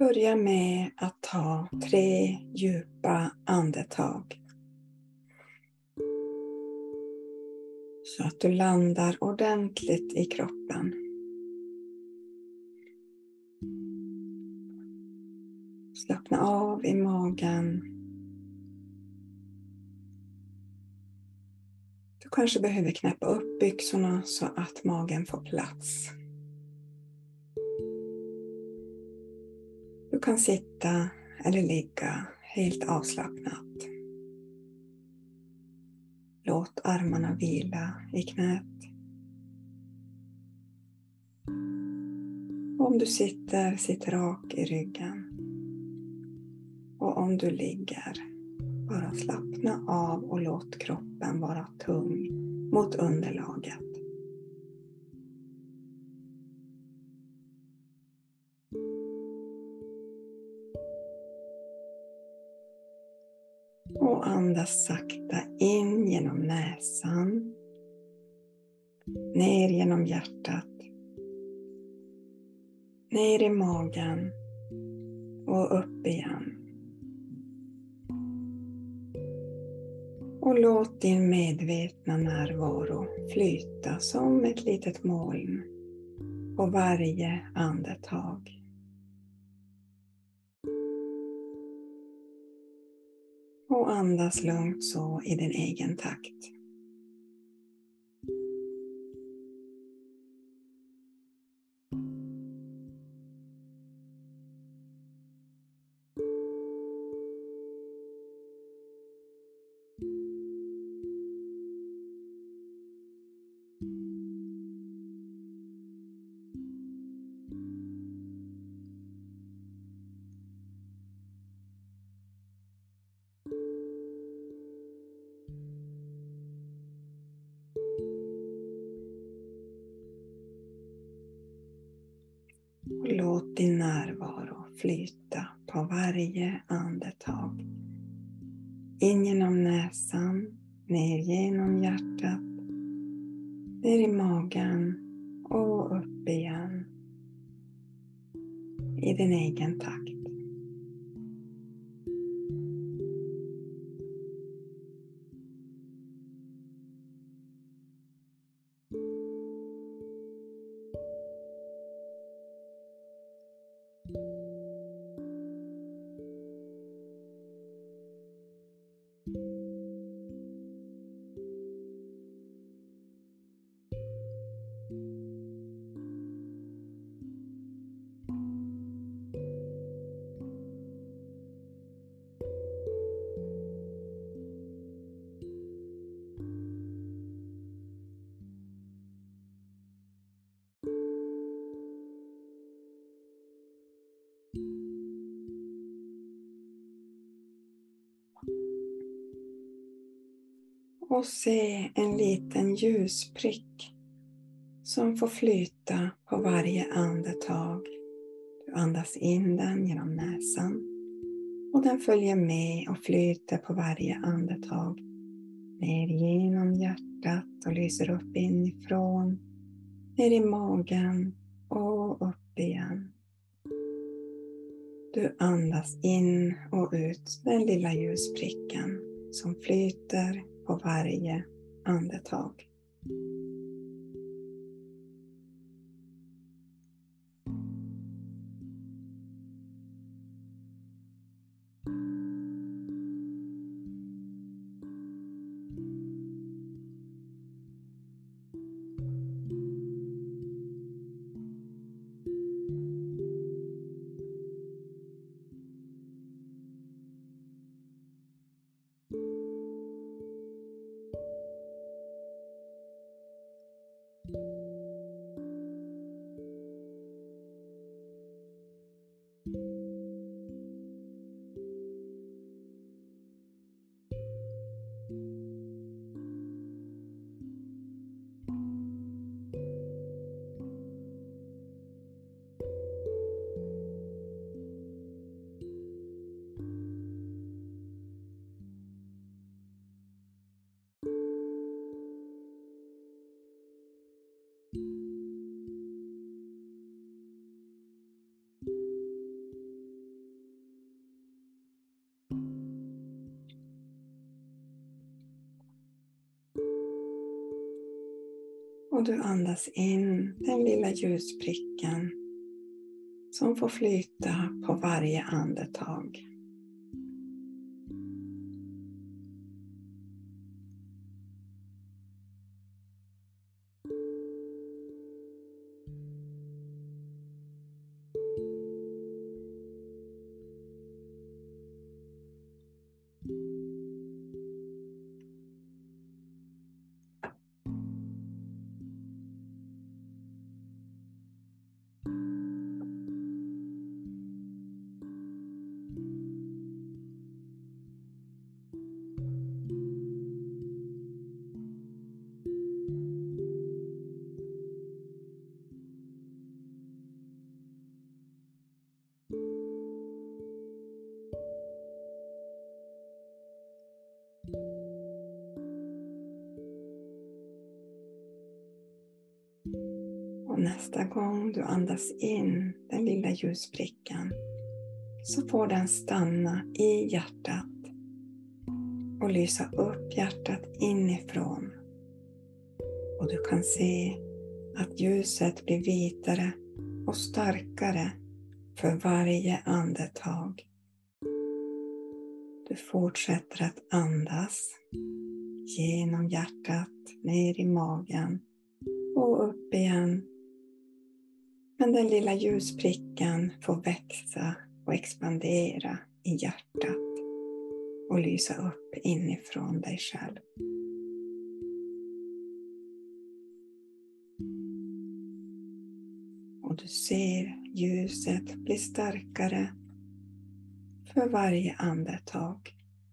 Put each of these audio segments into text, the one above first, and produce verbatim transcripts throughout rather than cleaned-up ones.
börjar med att ta tre djupa andetag. Så att du landar ordentligt i kroppen. Slappna av i magen. Du kanske behöver knäppa upp byxorna så att magen får plats. Du kan sitta eller ligga helt avslappnat. Låt armarna vila i knät. Om du sitter, sitt rak i ryggen. Och om du ligger, bara slappna av och låt kroppen vara tung mot underlaget. Och andas sakta in genom näsan, ner genom hjärtat, ner i magen och upp igen. Och låt din medvetna närvaro flyta som ett litet moln på varje andetag. Och andas lugnt så i din egen takt. Och låt din närvaro flyta på varje andetag. In genom näsan, ner genom hjärtat, ner i magen och upp igen. I din egen takt. Och se en liten ljusprick som får flyta på varje andetag. Du andas in den genom näsan och den följer med och flyter på varje andetag. Ner genom hjärtat och lyser upp inifrån, ner i magen och upp igen. Du andas in och ut den lilla ljuspricken som flyter på varje andetag. Och du andas in den lilla ljuspricken som får flyta på varje andetag. Och nästa gång du andas in den lilla ljusprickan så får den stanna i hjärtat och lysa upp hjärtat inifrån. Och du kan se att ljuset blir vitare och starkare för varje andetag. Du fortsätter att andas genom hjärtat, ner i magen och upp igen. Men den lilla ljusprickan får växa och expandera i hjärtat och lysa upp inifrån dig själv. Och du ser ljuset bli starkare för varje andetag.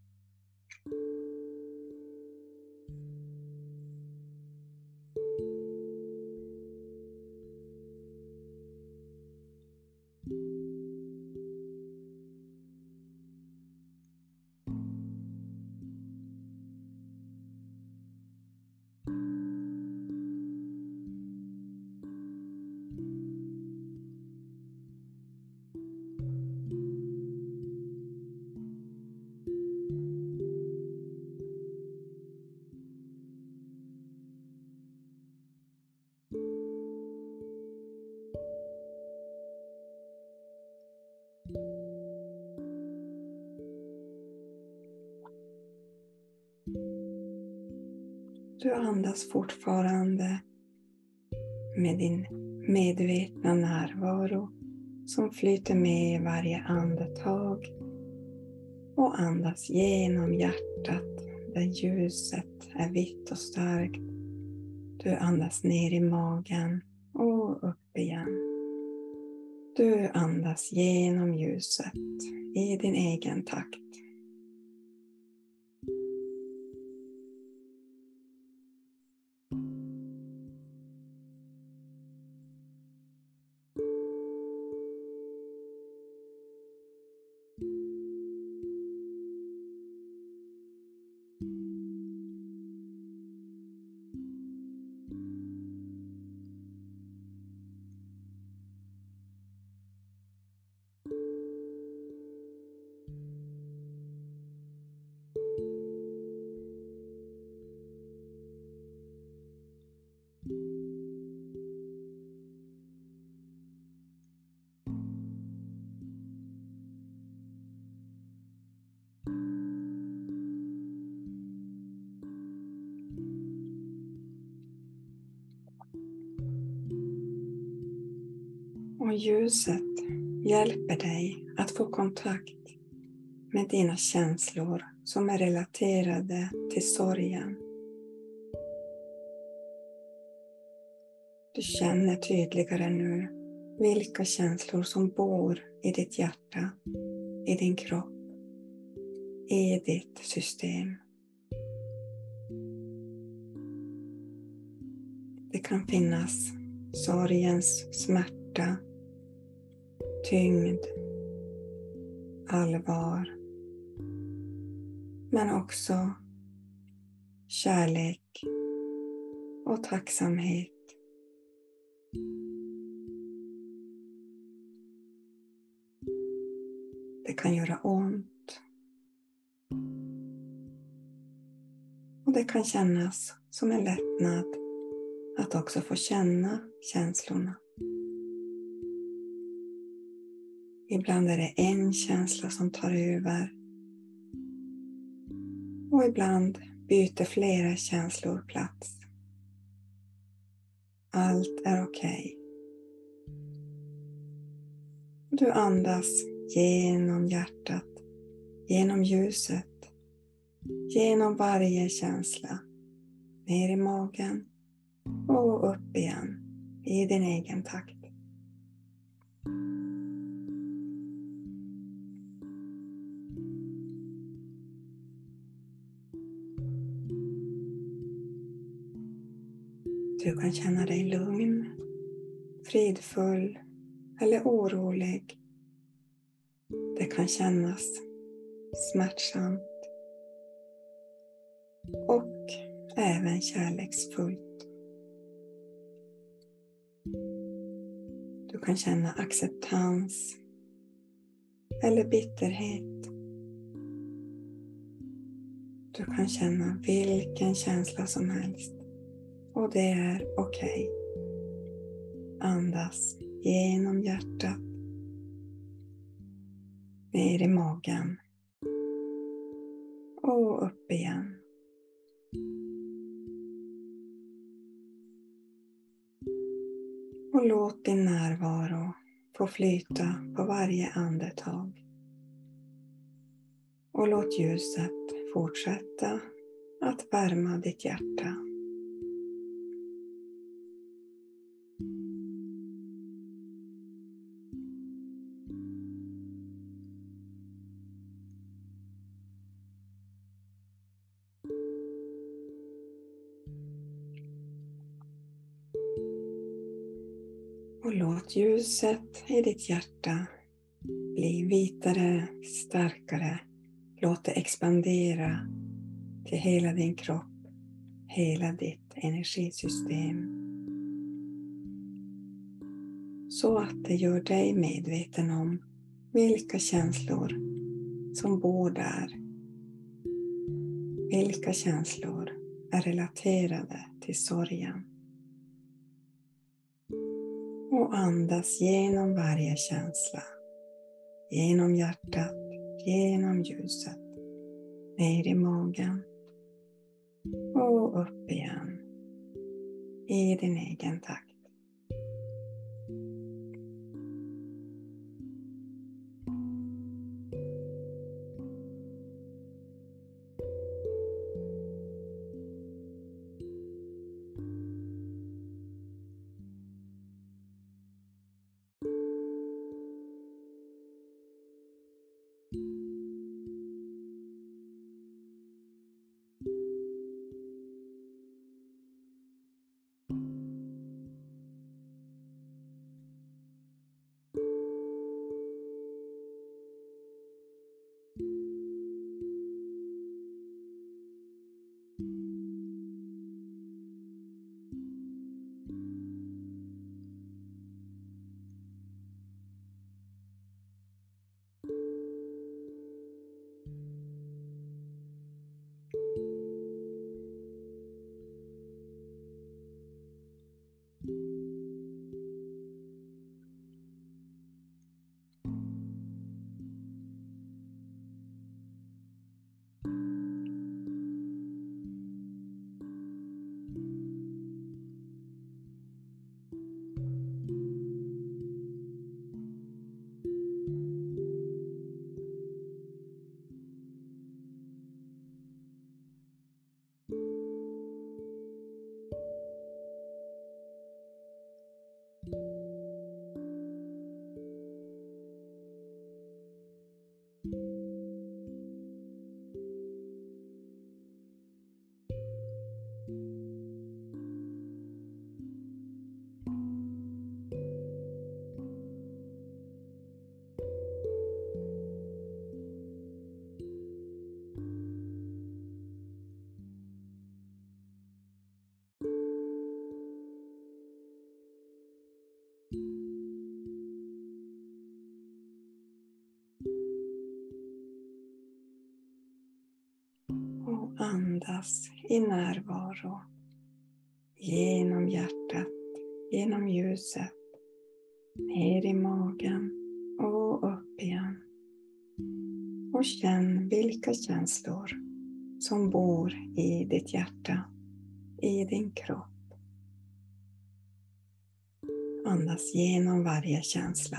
Du andas fortfarande med din medvetna närvaro som flyter med varje andetag och andas genom hjärtat där ljuset är vitt och starkt. Du andas ner i magen och upp igen. Du andas genom ljuset i din egen takt. Och ljuset hjälper dig att få kontakt med dina känslor som är relaterade till sorgen. Du känner tydligare nu vilka känslor som bor i ditt hjärta, i din kropp, i ditt system. Det kan finnas sorgens smärta, tyngd, allvar, men också kärlek och tacksamhet. Det kan göra ont och det kan kännas som en lättnad att också få känna känslorna. Ibland är det en känsla som tar över. Och ibland byter flera känslor plats. Allt är okej. Du andas genom hjärtat, genom ljuset, genom varje känsla. Ner i magen och upp igen i din egen takt. Du kan känna dig lugn, fridfull eller orolig. Det kan kännas smärtsamt och även kärleksfullt. Du kan känna acceptans eller bitterhet. Du kan känna vilken känsla som helst och det är okej. Andas genom hjärtat, ner i magen och upp igen. Och låt din närvaro få flyta på varje andetag. Och låt ljuset fortsätta att värma ditt hjärta. Och låt ljuset i ditt hjärta bli vitare, starkare. Låt det expandera till hela din kropp, hela ditt energisystem. Så att det gör dig medveten om vilka känslor som bor där. Vilka känslor är relaterade till sorgen. Och andas genom varje känsla. Genom hjärtat, genom ljuset. Ner i magen. Och upp igen. I din egen takt. Och andas i närvaro genom hjärtat, genom ljuset, ner i magen och upp igen. Och känn vilka känslor som bor i ditt hjärta, i din kropp. Andas genom varje känsla.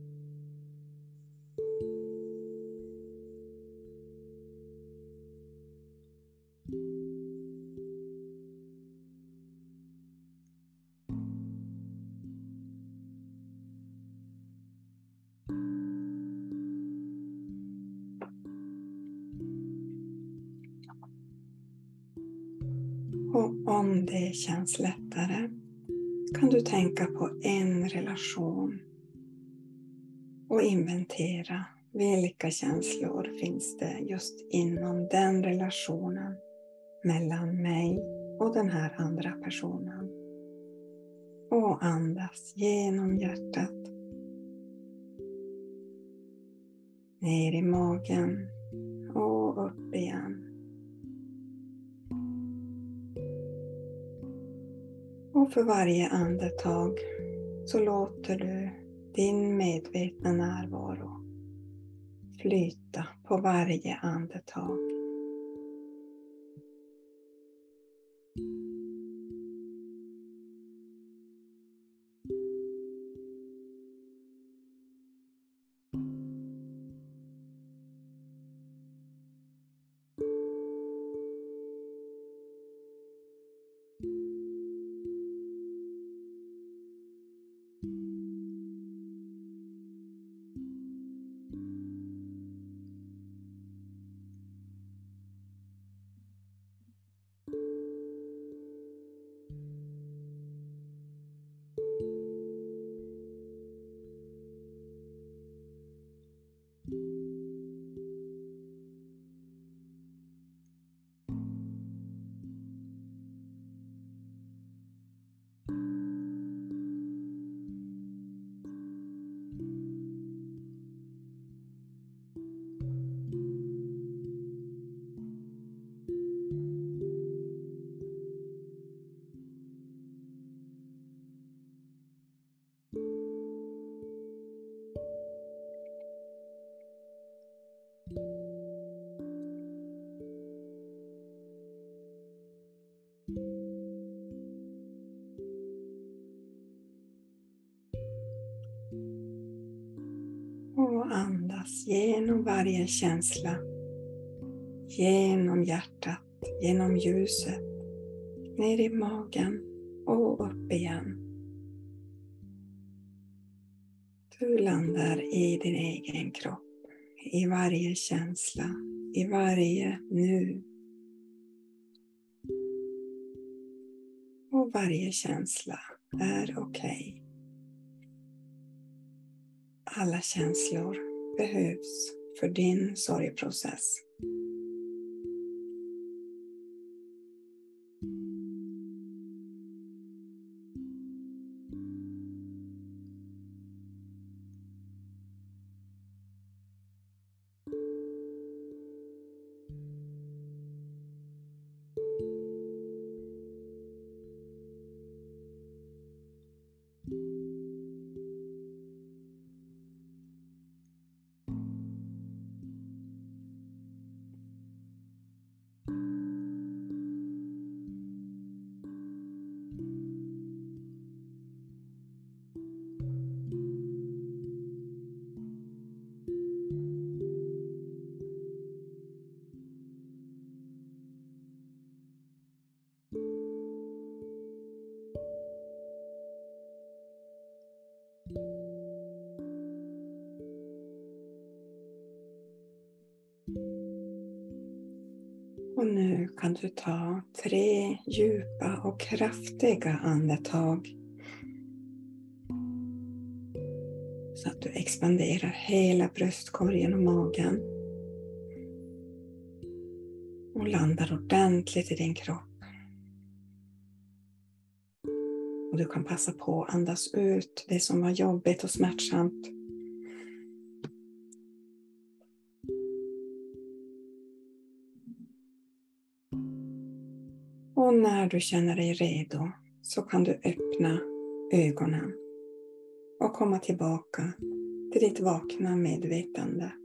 Och om det känns lättare kan du tänka på en relation och inventera vilka känslor finns det just inom den relationen mellan mig och den här andra personen. Och andas genom hjärtat, ner i magen och upp igen. Och för varje andetag så låter du din medvetna närvaro flyta på varje andetag. Och andas genom varje känsla, genom hjärtat, genom ljuset, ner i magen och upp igen. Du landar i din egen kropp, i varje känsla, i varje nu. Och varje känsla är okej. Alla känslor behövs för din sorgprocess. Och nu kan du ta tre djupa och kraftiga andetag. Så att du expanderar hela bröstkorgen och magen. Och landar ordentligt i din kropp. Och du kan passa på att andas ut det som var jobbigt och smärtsamt. Och när du känner dig redo så kan du öppna ögonen och komma tillbaka till ditt vakna medvetande.